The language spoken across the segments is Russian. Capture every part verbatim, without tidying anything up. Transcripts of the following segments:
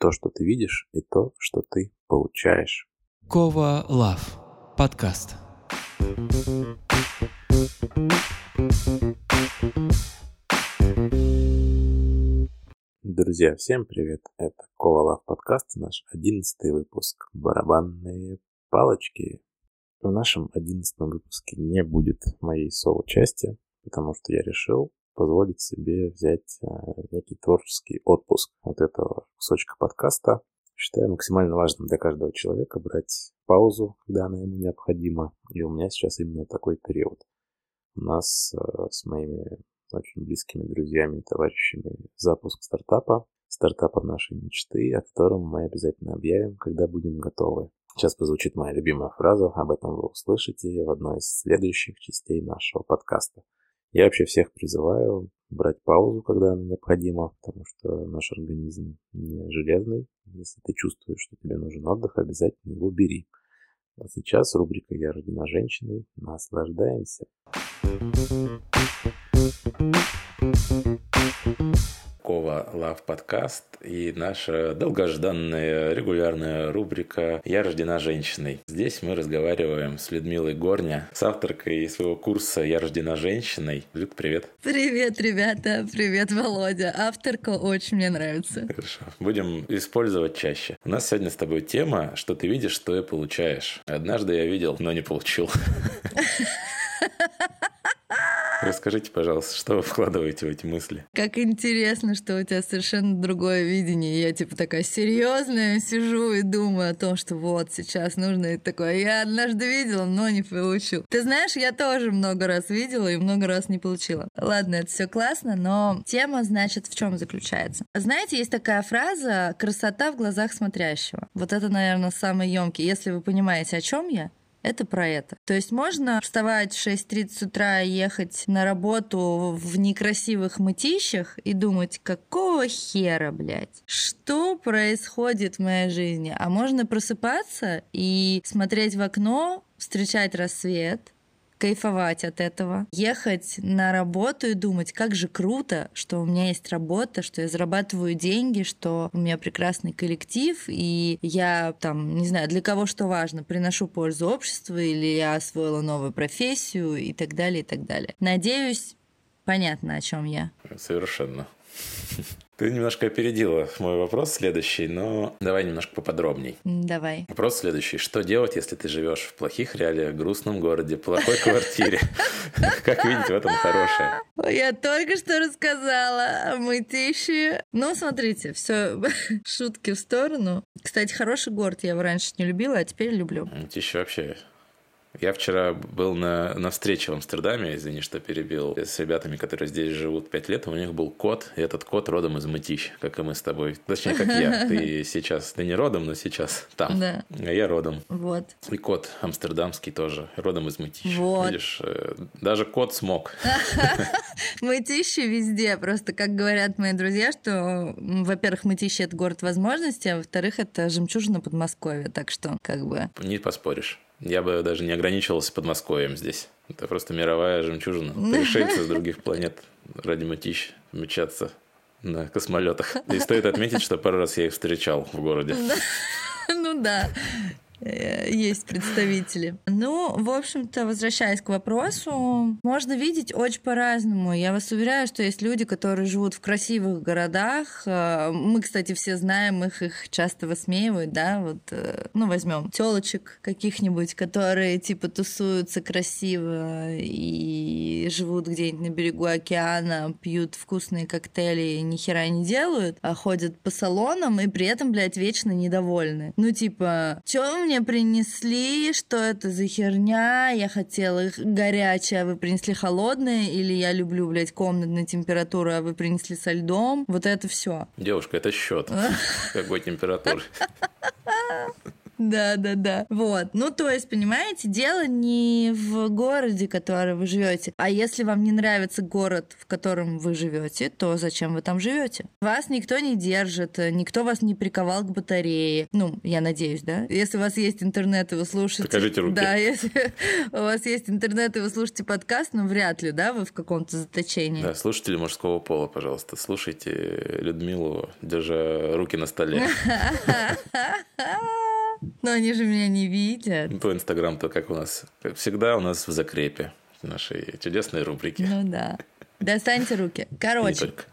То, что ты видишь, и то, что ты получаешь. Кова Лав. Подкаст. Друзья, всем привет! Это Кова Лав подкаст, наш одиннадцатый выпуск. Барабанные палочки. В нашем одиннадцатом выпуске не будет моей соло-части, потому что я решил позволить себе взять э, некий творческий отпуск от этого кусочка подкаста. Считаю максимально важным для каждого человека брать паузу, когда она ему необходима. И у меня сейчас именно такой период. У нас э, с моими очень близкими друзьями и товарищами запуск стартапа. Стартапа нашей мечты, о котором мы обязательно объявим, когда будем готовы. Сейчас прозвучит моя любимая фраза, об этом вы услышите в одной из следующих частей нашего подкаста. Я вообще всех призываю брать паузу, когда она необходима, потому что наш организм не железный. Если ты чувствуешь, что тебе нужен отдых, обязательно его бери. А сейчас рубрика «Я рождена женщиной». Наслаждаемся. Кова Лав подкаст и наша долгожданная регулярная рубрика «Я рождена женщиной». Здесь мы разговариваем с Людмилой Горня, с авторкой своего курса «Я рождена женщиной». Люд, привет. Привет, ребята. Привет, Володя. Авторка очень мне нравится. Хорошо. Будем использовать чаще. У нас сегодня с тобой тема «Что ты видишь, что и получаешь». Однажды я видел, но не получил. Расскажите, пожалуйста, что вы вкладываете в эти мысли? Как интересно, что у тебя совершенно другое видение. Я типа такая серьезная сижу и думаю о том, что вот сейчас нужно и такое. Я однажды видела, но не получу. Ты знаешь, я тоже много раз видела и много раз не получила. Ладно, это все классно, но тема, значит, в чем заключается? Знаете, есть такая фраза «красота в глазах смотрящего». Вот это, наверное, самый емкий. Если вы понимаете, о чем я, это про это. То есть можно вставать в шесть тридцать утра и ехать на работу в некрасивых мытищах и думать, какого хера, блядь? Что происходит в моей жизни? А можно просыпаться и смотреть в окно, встречать рассвет, кайфовать от этого, ехать на работу и думать, как же круто, что у меня есть работа, что я зарабатываю деньги, что у меня прекрасный коллектив, и я там, не знаю, для кого что важно, приношу пользу обществу, или я освоила новую профессию и так далее, и так далее. Надеюсь, понятно, о чем я. Совершенно. Ты немножко опередила мой вопрос следующий, но давай немножко поподробней. Давай. Вопрос следующий. Что делать, если ты живешь в плохих реалиях, грустном городе, плохой квартире? Как видеть в этом хорошее? Я только что рассказала о мытище. Ну, смотрите, все шутки в сторону. Кстати, хороший город. Я его раньше не любила, а теперь люблю. Мытище вообще... Я вчера был на, на встрече в Амстердаме, извини, что перебил, с ребятами, которые здесь живут пять лет. У них был кот, и этот кот родом из Мытищ, как и мы с тобой. Точнее, как я. Ты сейчас, ты не родом, но сейчас там. Да. А я родом. Вот. И кот амстердамский тоже, родом из Мытищ. Вот. Видишь, даже кот смог. Мытищи везде. Просто, как говорят мои друзья, что, во-первых, Мытищи — это город возможностей, а во-вторых, это жемчужина Подмосковья. Так что, как бы... Не поспоришь. Я бы даже не ограничивался Подмосковьем здесь. Это просто мировая жемчужина. Пришельцы с других планет ради Мытищ мчатся на космолетах. И стоит отметить, что пару раз я их встречал в городе. Ну да. Есть представители. Ну, в общем-то, возвращаясь к вопросу, можно видеть очень по-разному. Я вас уверяю, что есть люди, которые живут в красивых городах. Мы, кстати, все знаем их, их часто высмеивают, да, вот, ну, возьмем тёлочек каких-нибудь, которые, типа, тусуются красиво и живут где-нибудь на берегу океана, пьют вкусные коктейли и ни хера не делают, а ходят по салонам и при этом, блядь, вечно недовольны. Ну, типа, чё мне принесли, что это за херня, я хотела горячее, а вы принесли холодное, или я люблю, блядь, комнатную температуру, а вы принесли со льдом, вот это все. Девушка, это счет. Какой температуры? Да, да, да. Вот. Ну, то есть, понимаете, дело не в городе, в котором вы живете. А если вам не нравится город, в котором вы живете, то зачем вы там живете? Вас никто не держит, никто вас не приковал к батарее. Ну, я надеюсь, да? Если у вас есть интернет, и вы слушаете... Покажите руки. Да, если у вас есть интернет, и вы слушаете подкаст, ну, вряд ли, да, вы в каком-то заточении. Да, слушатели мужского пола, пожалуйста, слушайте Людмилу, держа руки на столе. Но они же меня не видят. То Инстаграм-то, как у нас, как всегда, у нас в закрепе нашей чудесной рубрики. Ну да. Достаньте руки. Короче. Не только.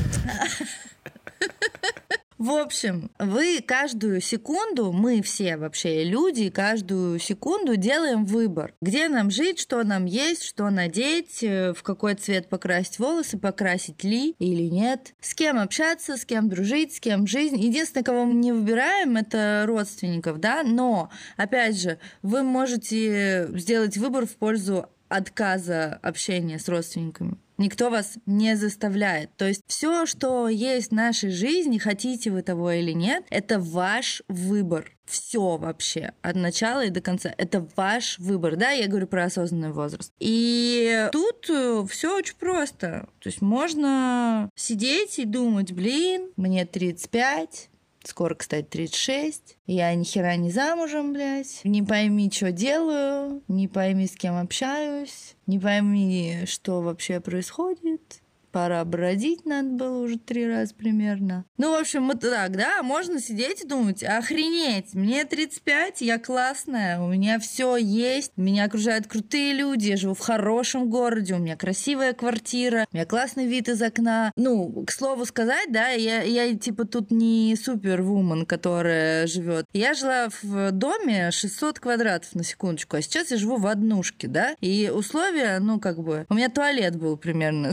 В общем, вы каждую секунду, мы все вообще люди, каждую секунду делаем выбор. Где нам жить, что нам есть, что надеть, в какой цвет покрасить волосы, покрасить ли или нет. С кем общаться, с кем дружить, с кем жизнь. Единственное, кого мы не выбираем, это родственников, да, но, опять же, вы можете сделать выбор в пользу отказа общения с родственниками. Никто вас не заставляет. То есть все, что есть в нашей жизни, хотите вы того или нет, это ваш выбор. Все вообще, от начала и до конца. Это ваш выбор, да, я говорю про осознанный возраст. И тут все очень просто. То есть можно сидеть и думать, блин, мне тридцать пять, скоро, кстати, тридцать шесть. Я ни хера не замужем, блядь. Не пойми, что делаю. Не пойми, с кем общаюсь. Не пойми, что вообще происходит. Пора бродить надо было уже три раза примерно. Ну, в общем, вот так, да, можно сидеть и думать, охренеть, мне тридцать пять, я классная, у меня все есть, меня окружают крутые люди, я живу в хорошем городе, у меня красивая квартира, у меня классный вид из окна. Ну, к слову сказать, да, я, я типа тут не супервумен, которая живет. Я жила в доме шестьсот квадратов, на секундочку, а сейчас я живу в однушке, да, и условия, ну, как бы, у меня туалет был примерно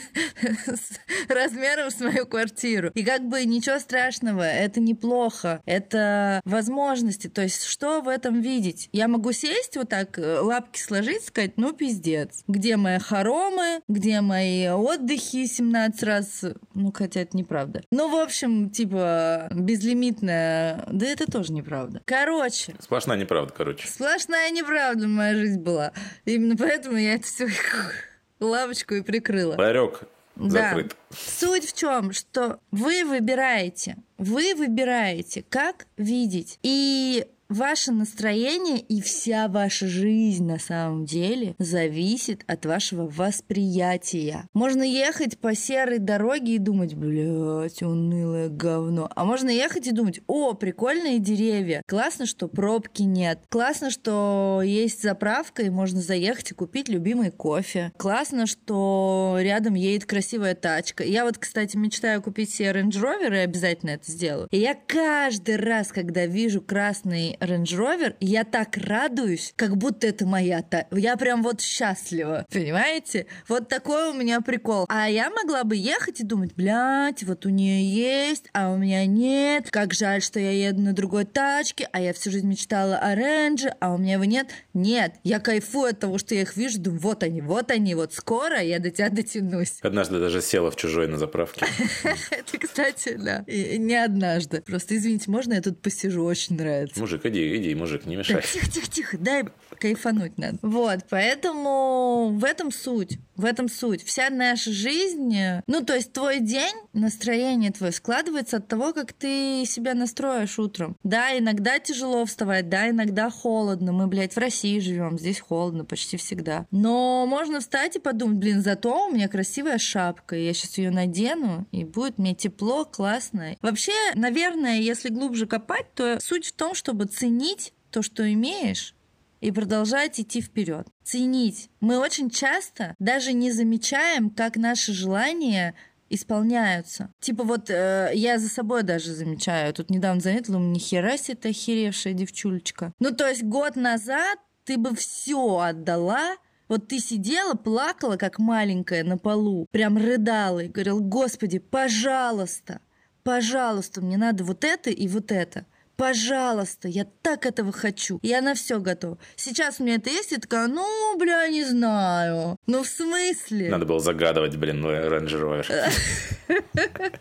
с размером с мою квартиру. И как бы ничего страшного, это неплохо, это возможности. То есть что в этом видеть? Я могу сесть вот так, лапки сложить, сказать, ну пиздец. Где мои хоромы, где мои отдыхи семнадцать раз? Ну, хотя это неправда. Ну, в общем, типа, безлимитная... Да это тоже неправда. Короче. Сплошная неправда, короче. Сплошная неправда моя жизнь была. Именно поэтому я это все лавочку и прикрыла. Ларек закрыт. Да. Суть в чем, что вы выбираете, вы выбираете, как видеть. И ваше настроение и вся ваша жизнь на самом деле зависит от вашего восприятия. Можно ехать по серой дороге и думать, блядь, унылое говно. А можно ехать и думать, о, прикольные деревья. Классно, что пробки нет. Классно, что есть заправка и можно заехать и купить любимый кофе. Классно, что рядом едет красивая тачка. Я вот, кстати, мечтаю купить себе Range Rover и обязательно это сделаю. И я каждый раз, когда вижу красный Range Rover, я так радуюсь, как будто это моя та... Я прям вот счастлива, понимаете? Вот такой у меня прикол. А я могла бы ехать и думать, блядь, вот у нее есть, а у меня нет. Как жаль, что я еду на другой тачке, а я всю жизнь мечтала о Рэнже, а у меня его нет. Нет, я кайфую от того, что я их вижу, думаю, вот они, вот они, вот скоро я до тебя дотянусь. Однажды даже села в чужой на заправке. Это, кстати, да. И не однажды. Просто, извините, можно я тут посижу? Очень нравится. Мужик, иди, иди, мужик, не мешай. Тихо, тихо, тихо, дай кайфануть надо. Вот, поэтому в этом суть. В этом суть. Вся наша жизнь, ну, то есть твой день, настроение твое складывается от того, как ты себя настроишь утром. Да, иногда тяжело вставать, да, иногда холодно. Мы, блядь, в России живем, здесь холодно почти всегда. Но можно встать и подумать, блин, зато у меня красивая шапка, я сейчас ее надену, и будет мне тепло, классно. Вообще, наверное, если глубже копать, то суть в том, чтобы ценить то, что имеешь, и продолжать идти вперед. Ценить. Мы очень часто даже не замечаем, как наши желания исполняются. Типа вот э, я за собой даже замечаю. Тут недавно заметила, ни хера себе ты охеревшая девчулечка. Ну, то есть год назад ты бы все отдала. Вот ты сидела, плакала, как маленькая на полу, прям рыдала и говорила, господи, пожалуйста, пожалуйста, мне надо вот это и вот это. Пожалуйста, я так этого хочу. Я на все готова. Сейчас у меня это есть, и такая, ну, бля, не знаю. Ну, в смысле? Надо было загадывать, блин, Range Rover.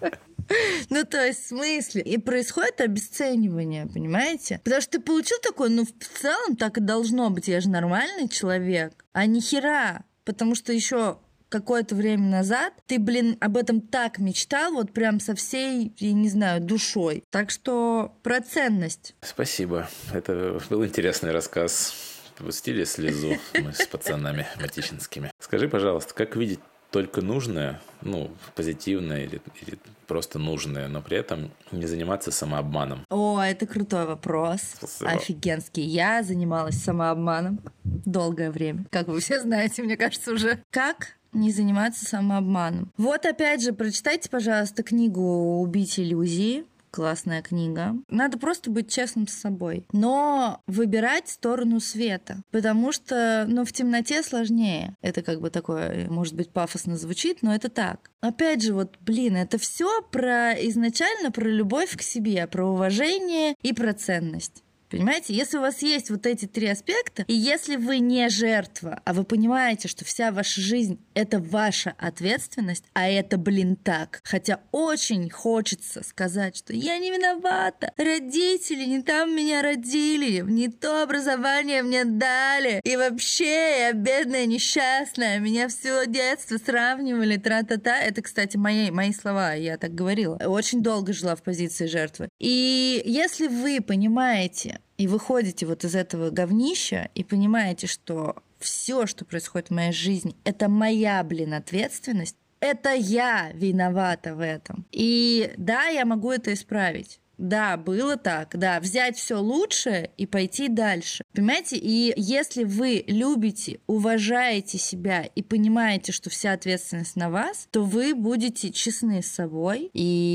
Ну, то есть, в смысле? И происходит обесценивание, понимаете? Потому что ты получил такое, ну, в целом так и должно быть, я же нормальный человек. А ни хера. Потому что еще какое-то время назад ты, блин, об этом так мечтал, вот прям со всей, я не знаю, душой. Так что про ценность. Спасибо. Это был интересный рассказ. Пустили слезу мы с пацанами матичинскими. Скажи, пожалуйста, как видеть только нужное, ну, позитивное или, или просто нужное, но при этом не заниматься самообманом? О, это крутой вопрос. Спасибо. Офигенский. Я занималась самообманом долгое время. Как вы все знаете, мне кажется, уже. Как не заниматься самообманом? Вот опять же, прочитайте, пожалуйста, книгу «Убить иллюзии». Классная книга. Надо просто быть честным с собой. Но выбирать сторону света. Потому что, ну, в темноте сложнее. Это как бы такое, может быть, пафосно звучит, но это так. Опять же, вот, блин, это все про изначально про любовь к себе, про уважение и про ценность. Понимаете, если у вас есть вот эти три аспекта, и если вы не жертва, а вы понимаете, что вся ваша жизнь — это ваша ответственность, а это, блин, так. Хотя очень хочется сказать, что я не виновата, родители не там меня родили, не то образование мне дали, и вообще я бедная, несчастная, меня все детство сравнивали, тра-та-та. Это, кстати, мои, мои слова, я так говорила. Очень долго жила в позиции жертвы. И если вы понимаете, и выходите вот из этого говнища и понимаете, что все, что происходит в моей жизни, это моя, блин, ответственность, это я виновата в этом. И да, я могу это исправить. Да, было так, да, взять все лучшее и пойти дальше. Понимаете? И если вы любите, уважаете себя и понимаете, что вся ответственность на вас, то вы будете честны с собой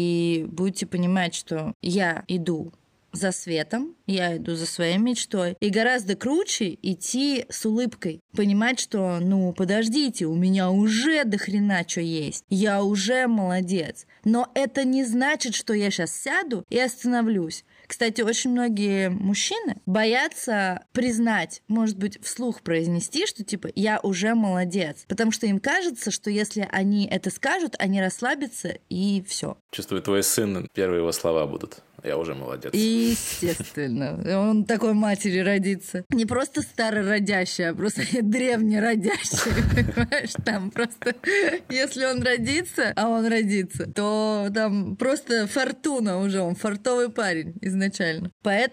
и будете понимать, что я иду за светом, я иду за своей мечтой. И гораздо круче идти с улыбкой. Понимать, что, ну, подождите, у меня уже до хрена что есть. Я уже молодец. Но это не значит, что я сейчас сяду и остановлюсь. Кстати, очень многие мужчины боятся признать, может быть, вслух произнести, что типа «я уже молодец». Потому что им кажется, что если они это скажут, они расслабятся и все. Чувствую, твой сын, первые его слова будут. Я уже молодец. Естественно. Он такой матери родится. Не просто старородящий, а просто древнеродящий. Понимаешь? Там просто, если он родится, а он родится, то там просто фортуна уже. Он фартовый парень изначально.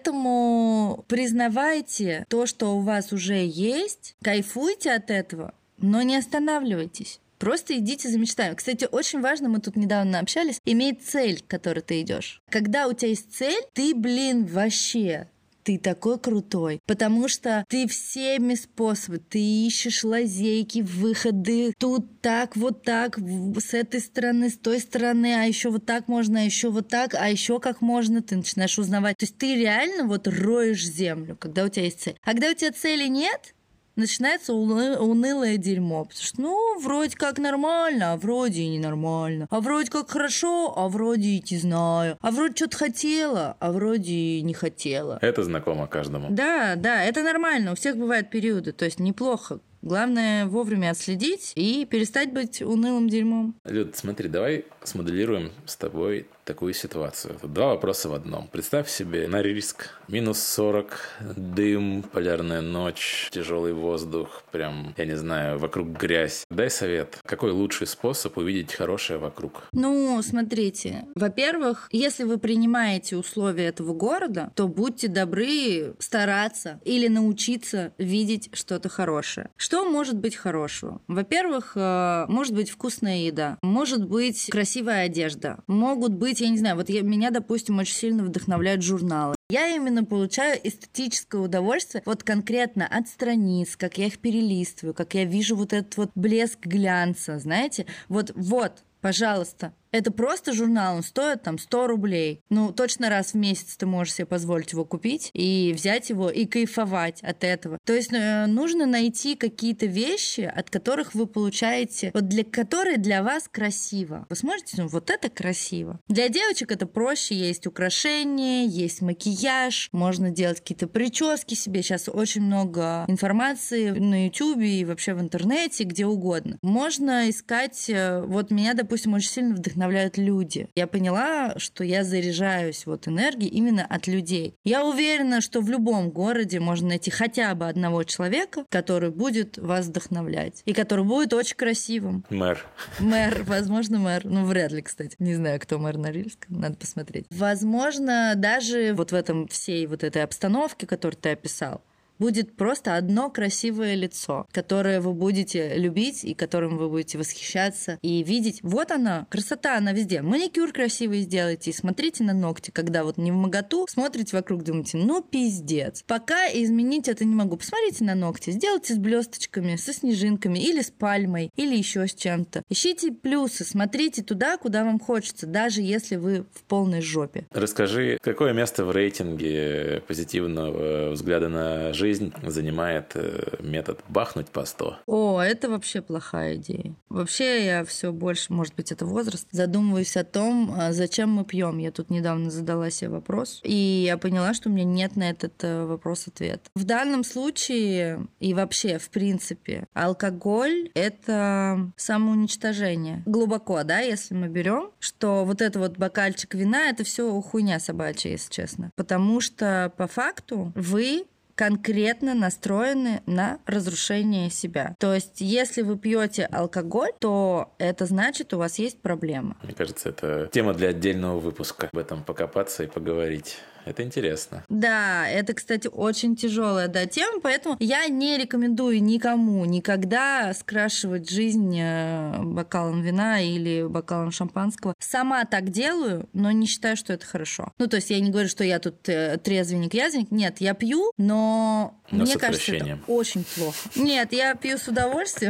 Поэтому признавайте то, что у вас уже есть, кайфуйте от этого, но не останавливайтесь. Просто идите за мечтами. Кстати, очень важно, мы тут недавно общались, иметь цель, к которой ты идешь. Когда у тебя есть цель, ты, блин, вообще... ты такой крутой, потому что ты всеми способами, ты ищешь лазейки, выходы, тут так, вот так, с этой стороны, с той стороны, а еще вот так можно, а еще вот так, а еще как можно, ты начинаешь узнавать. То есть ты реально вот роешь землю, когда у тебя есть цель. А когда у тебя цели нет, начинается уны- унылое дерьмо. Потому что, ну, вроде как нормально, а вроде и ненормально. А вроде как хорошо, а вроде и не знаю. А вроде что-то хотела, а вроде и не хотела. Это знакомо каждому. Да, да, это нормально. У всех бывают периоды. То есть неплохо. Главное вовремя отследить и перестать быть унылым дерьмом. Люд, смотри, давай смоделируем с тобой такую ситуацию. Тут два вопроса в одном. Представь себе на риск. минус сорок, дым, полярная ночь, тяжелый воздух, прям, я не знаю, вокруг грязь. Дай совет. Какой лучший способ увидеть хорошее вокруг? Ну, смотрите. Во-первых, если вы принимаете условия этого города, то будьте добры стараться или научиться видеть что-то хорошее. Что может быть хорошего? Во-первых, может быть вкусная еда, может быть красивая одежда, могут быть, я не знаю, вот я, меня, допустим, очень сильно вдохновляют журналы. Я именно получаю эстетическое удовольствие вот конкретно от страниц, как я их перелистываю, как я вижу вот этот вот блеск глянца, знаете? Вот, вот, пожалуйста. Это просто журнал, он стоит там сто рублей. Ну, точно раз в месяц ты можешь себе позволить его купить и взять его и кайфовать от этого. То есть э, нужно найти какие-то вещи, от которых вы получаете, вот для которые для вас красиво. Вы сможете, ну, вот это красиво. Для девочек это проще, есть украшения, есть макияж, можно делать какие-то прически себе. Сейчас очень много информации на ютубе и вообще в интернете, где угодно. Можно искать, э, вот меня, допустим, очень сильно вдохновляет вдохновляют люди. Я поняла, что я заряжаюсь вот энергией именно от людей. Я уверена, что в любом городе можно найти хотя бы одного человека, который будет вас вдохновлять. И который будет очень красивым. Мэр. Мэр, возможно, мэр. Ну, вряд ли, кстати. Не знаю, кто мэр Норильска. Надо посмотреть. Возможно, даже вот в этом всей вот этой обстановке, которую ты описал, будет просто одно красивое лицо, которое вы будете любить и которым вы будете восхищаться и видеть. Вот она, красота, она везде. Маникюр красивый сделайте и смотрите на ногти, когда вот не вмоготу, смотрите вокруг, думаете, ну пиздец. Пока изменить это не могу. Посмотрите на ногти, сделайте с блесточками, со снежинками или с пальмой, или еще с чем-то. Ищите плюсы, смотрите туда, куда вам хочется, даже если вы в полной жопе. Расскажи, какое место в рейтинге позитивного взгляда на жизнь жизнь занимает метод бахнуть по сто? О, это вообще плохая идея. Вообще я все больше, может быть, это возраст, задумываюсь о том, зачем мы пьем. Я тут недавно задала себе вопрос, и я поняла, что у меня нет на этот вопрос ответа. В данном случае и вообще, в принципе, алкоголь — это самоуничтожение. Глубоко, да, если мы берем, что вот это вот бокальчик вина — это все хуйня собачья, если честно. Потому что по факту вы конкретно настроены на разрушение себя. То есть, если вы пьете алкоголь, то это значит, у вас есть проблема. Мне кажется, это тема для отдельного выпуска. Об этом покопаться и поговорить. Это интересно. Да, это, кстати, очень тяжелая, да, тема, поэтому я не рекомендую никому никогда скрашивать жизнь бокалом вина или бокалом шампанского. Сама так делаю, но не считаю, что это хорошо. Ну, то есть я не говорю, что я тут трезвенник-язвенник. Нет, я пью, но, но мне кажется, это очень плохо. Нет, я пью с удовольствием,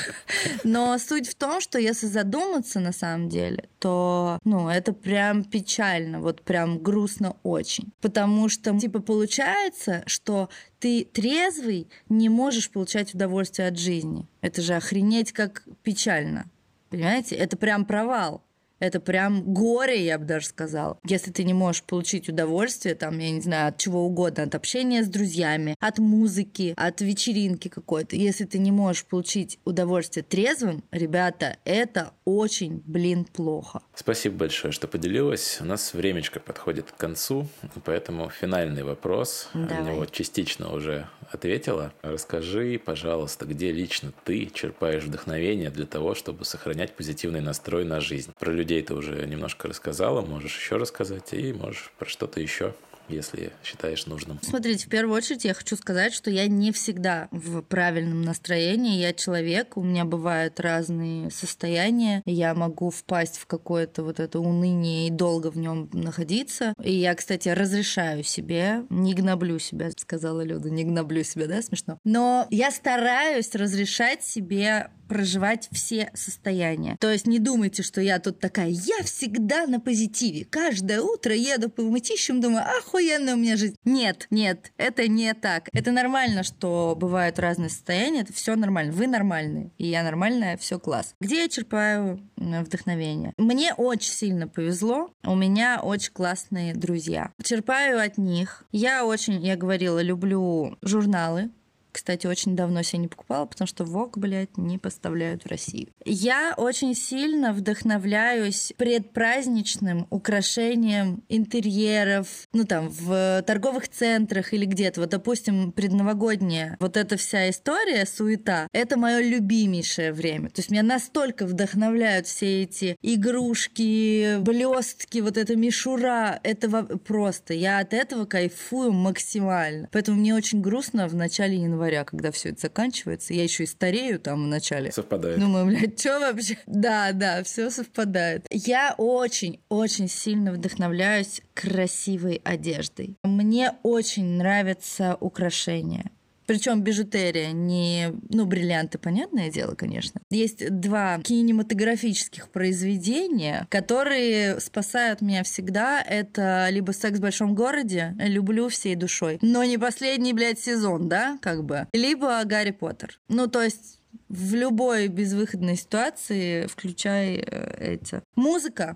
но суть в том, что если задуматься на самом деле, то, ну, это прям печально, вот прям грустно очень. Потому что, типа, получается, что ты трезвый не можешь получать удовольствие от жизни. Это же охренеть как печально. Понимаете? Это прям провал. Это прям горе, я бы даже сказала. Если ты не можешь получить удовольствие, там, я не знаю, от чего угодно, от общения с друзьями, от музыки, от вечеринки какой-то. Если ты не можешь получить удовольствие трезвым, ребята, это очень, блин, плохо. Спасибо большое, что поделилась. У нас времечко подходит к концу, поэтому финальный вопрос. Давай. На него частично уже ответила. Расскажи, пожалуйста, где лично ты черпаешь вдохновение для того, чтобы сохранять позитивный настрой на жизнь? Про людей ты уже немножко рассказала, можешь еще рассказать, и можешь про что-то еще, если считаешь нужным. Смотрите, в первую очередь я хочу сказать, что я не всегда в правильном настроении. Я человек, у меня бывают разные состояния. Я могу впасть в какое-то вот это уныние и долго в нем находиться. И я, кстати, разрешаю себе, не гноблю себя, сказала Люда, не гноблю себя, да, смешно. Но я стараюсь разрешать себе проживать все состояния. То есть не думайте, что я тут такая, я всегда на позитиве. Каждое утро еду по мытищам, думаю, охуенная у меня жизнь. Нет, нет, это не так. Это нормально, что бывают разные состояния, это все нормально. Вы нормальные, и я нормальная, все класс. Где я черпаю вдохновение? Мне очень сильно повезло, у меня очень классные друзья. Черпаю от них. Я очень, я говорила, люблю журналы. Кстати, очень давно себе не покупала, потому что Vogue, блядь, не поставляют в Россию. Я очень сильно вдохновляюсь предпраздничным украшением интерьеров, ну там, в торговых центрах или где-то. Вот, допустим, предновогодняя вот эта вся история, суета, это мое любимейшее время. То есть меня настолько вдохновляют все эти игрушки, блестки, вот эта мишура. Это просто, я от этого кайфую максимально. Поэтому мне очень грустно в начале января, когда все это заканчивается. Я еще и старею там в начале. Совпадает. Думаю, блядь, что вообще? Да, да, все совпадает. Я очень-очень сильно вдохновляюсь красивой одеждой. Мне очень нравятся украшения. Причем бижутерия, не... Ну, бриллианты, понятное дело, конечно. Есть два кинематографических произведения, которые спасают меня всегда. Это либо «Секс в большом городе», люблю всей душой, но не последний, блядь, сезон, да, как бы. Либо «Гарри Поттер». Ну, то есть в любой безвыходной ситуации включай э, эти. Музыка.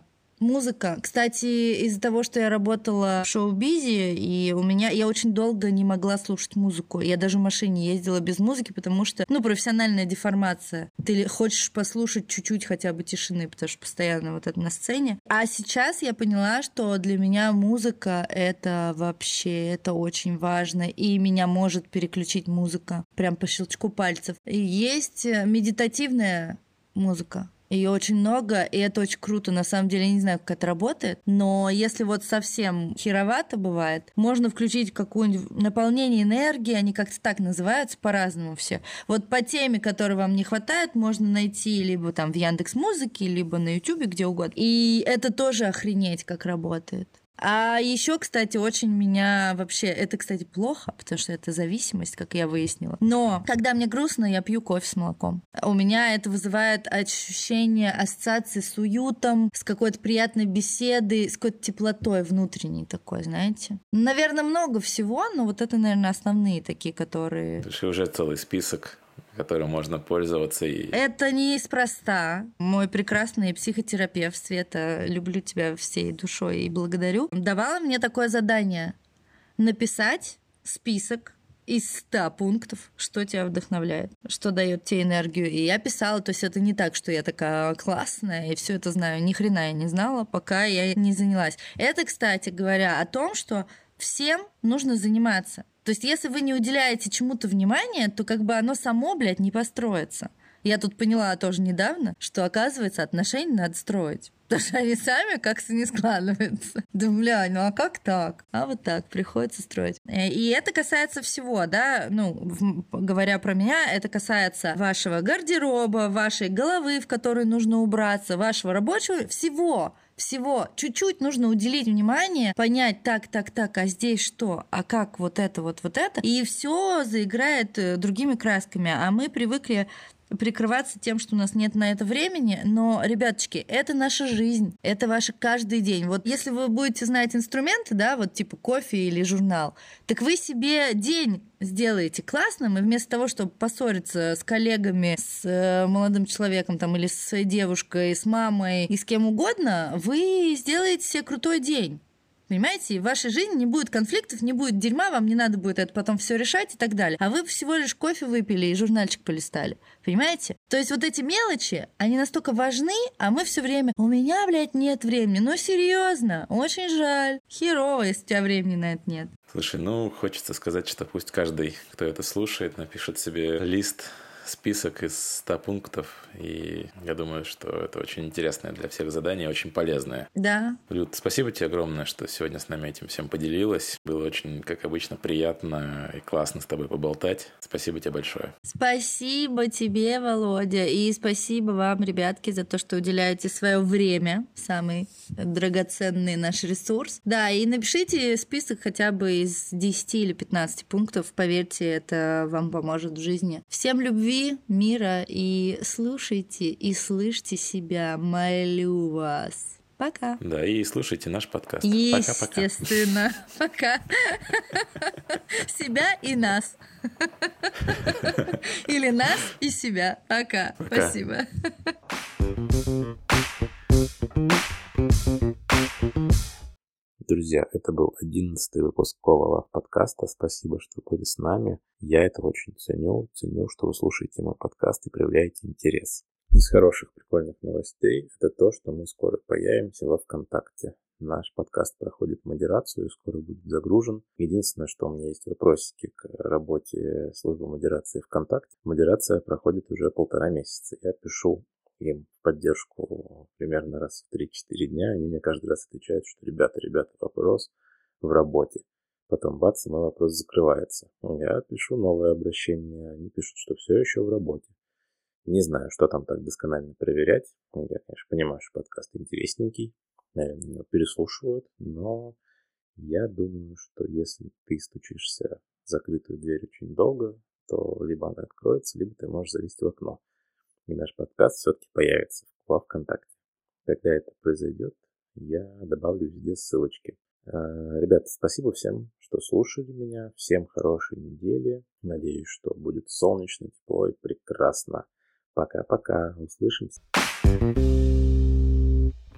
Музыка. Кстати, из-за того, что я работала в шоу-бизе, и у меня я очень долго не могла слушать музыку. Я даже в машине ездила без музыки, потому что, ну, профессиональная деформация. Ты хочешь послушать чуть-чуть хотя бы тишины, потому что постоянно вот это на сцене. А сейчас я поняла, что для меня музыка — это вообще, это очень важно, и меня может переключить музыка прям по щелчку пальцев. И есть медитативная музыка. Ее очень много, и это очень круто. На самом деле, я не знаю, как это работает, но если вот совсем херовато бывает, можно включить какое-нибудь наполнение энергии, они как-то так называются по-разному все. Вот по теме, которой вам не хватает, можно найти либо там в Яндекс.Музыке, либо на Ютубе, где угодно. И это тоже охренеть, как работает. А еще, кстати, очень меня вообще... Это, кстати, плохо, потому что это зависимость, как я выяснила. Но когда мне грустно, я пью кофе с молоком. У меня это вызывает ощущение ассоциации с уютом, с какой-то приятной беседой, с какой-то теплотой внутренней такой, знаете. Наверное, много всего, но вот это, наверное, основные такие, которые... Слушай, уже целый список, которым можно пользоваться. И... Это неспроста. Мой прекрасный психотерапевт Света, люблю тебя всей душой и благодарю, давала мне такое задание — написать список из ста пунктов, что тебя вдохновляет, что дает тебе энергию. И я писала, то есть это не так, что я такая классная и все это знаю. Ни хрена я не знала, пока я не занялась. Это, кстати говоря, о том, что всем нужно заниматься. То есть, если вы не уделяете чему-то внимания, то как бы оно само, блядь, не построится. Я тут поняла тоже недавно, что, оказывается, отношения надо строить. Потому что они сами как-то не складываются. Да, бля, ну а как так? А вот так, приходится строить. И это касается всего, да, ну, говоря про меня, это касается вашего гардероба, вашей головы, в которой нужно убраться, вашего рабочего, всего. Всего чуть-чуть нужно уделить внимание, понять, так, так, так, а здесь что, а как вот это, вот, вот это, и все заиграет другими красками, а мы привыкли прикрываться тем, что у нас нет на это времени, но, ребяточки, это наша жизнь, это ваш каждый день. Вот если вы будете знать инструменты, да, вот типа кофе или журнал, так вы себе день сделаете классным, и вместо того, чтобы поссориться с коллегами, с молодым человеком там, или с девушкой, с мамой и с кем угодно, вы сделаете себе крутой день. Понимаете, в вашей жизни не будет конфликтов, не будет дерьма, вам не надо будет это потом все решать и так далее. А вы всего лишь кофе выпили и журнальчик полистали. Понимаете? То есть вот эти мелочи, они настолько важны, а мы все время: у меня, блядь, нет времени. Ну, серьезно, очень жаль. Херово, если у тебя времени на это нет. Слушай, ну, хочется сказать, что пусть каждый, кто это слушает, напишет себе лист, список из ста пунктов, и я думаю, что это очень интересное для всех задание, очень полезное. Да. Люд, спасибо тебе огромное, что сегодня с нами этим всем поделилась. Было очень, как обычно, приятно и классно с тобой поболтать. Спасибо тебе большое. Спасибо тебе, Володя, и спасибо вам, ребятки, за то, что уделяете свое время, самый драгоценный наш ресурс. Да, и напишите список хотя бы из десяти или пятнадцати пунктов, поверьте, это вам поможет в жизни. Всем любви, мира, и слушайте и слышьте себя, молю вас. Пока. Да, и слушайте наш подкаст. Пока-пока. Естественно. Пока. Себя и нас. Или нас и себя. Пока. Пока. Спасибо. Друзья, это был одиннадцатый выпуск Ковала подкаста. Спасибо, что были с нами. Я это очень ценю. Ценю, что вы слушаете мой подкаст и проявляете интерес. Из хороших, прикольных новостей это то, что мы скоро появимся во ВКонтакте. Наш подкаст проходит модерацию и скоро будет загружен. Единственное, что у меня есть вопросики к работе службы модерации ВКонтакте. Модерация проходит уже полтора месяца. Я пишу им поддержку примерно раз в три-четыре дня. Они мне каждый раз отвечают, что ребята, ребята, вопрос в работе. Потом бац, и мой вопрос закрывается. Я пишу новое обращение, они пишут, что все еще в работе. Не знаю, что там так досконально проверять. Я, конечно, понимаю, что подкаст интересненький. Наверное, его переслушивают. Но я думаю, что если ты стучишься в закрытую дверь очень долго, то либо она откроется, либо ты можешь залезть в окно. И наш подкаст все-таки появится во ВКонтакте. Когда это произойдет, я добавлю везде ссылочки. Ребята, спасибо всем, что слушали меня. Всем хорошей недели. Надеюсь, что будет солнечно, тепло и прекрасно. Пока-пока. Услышимся.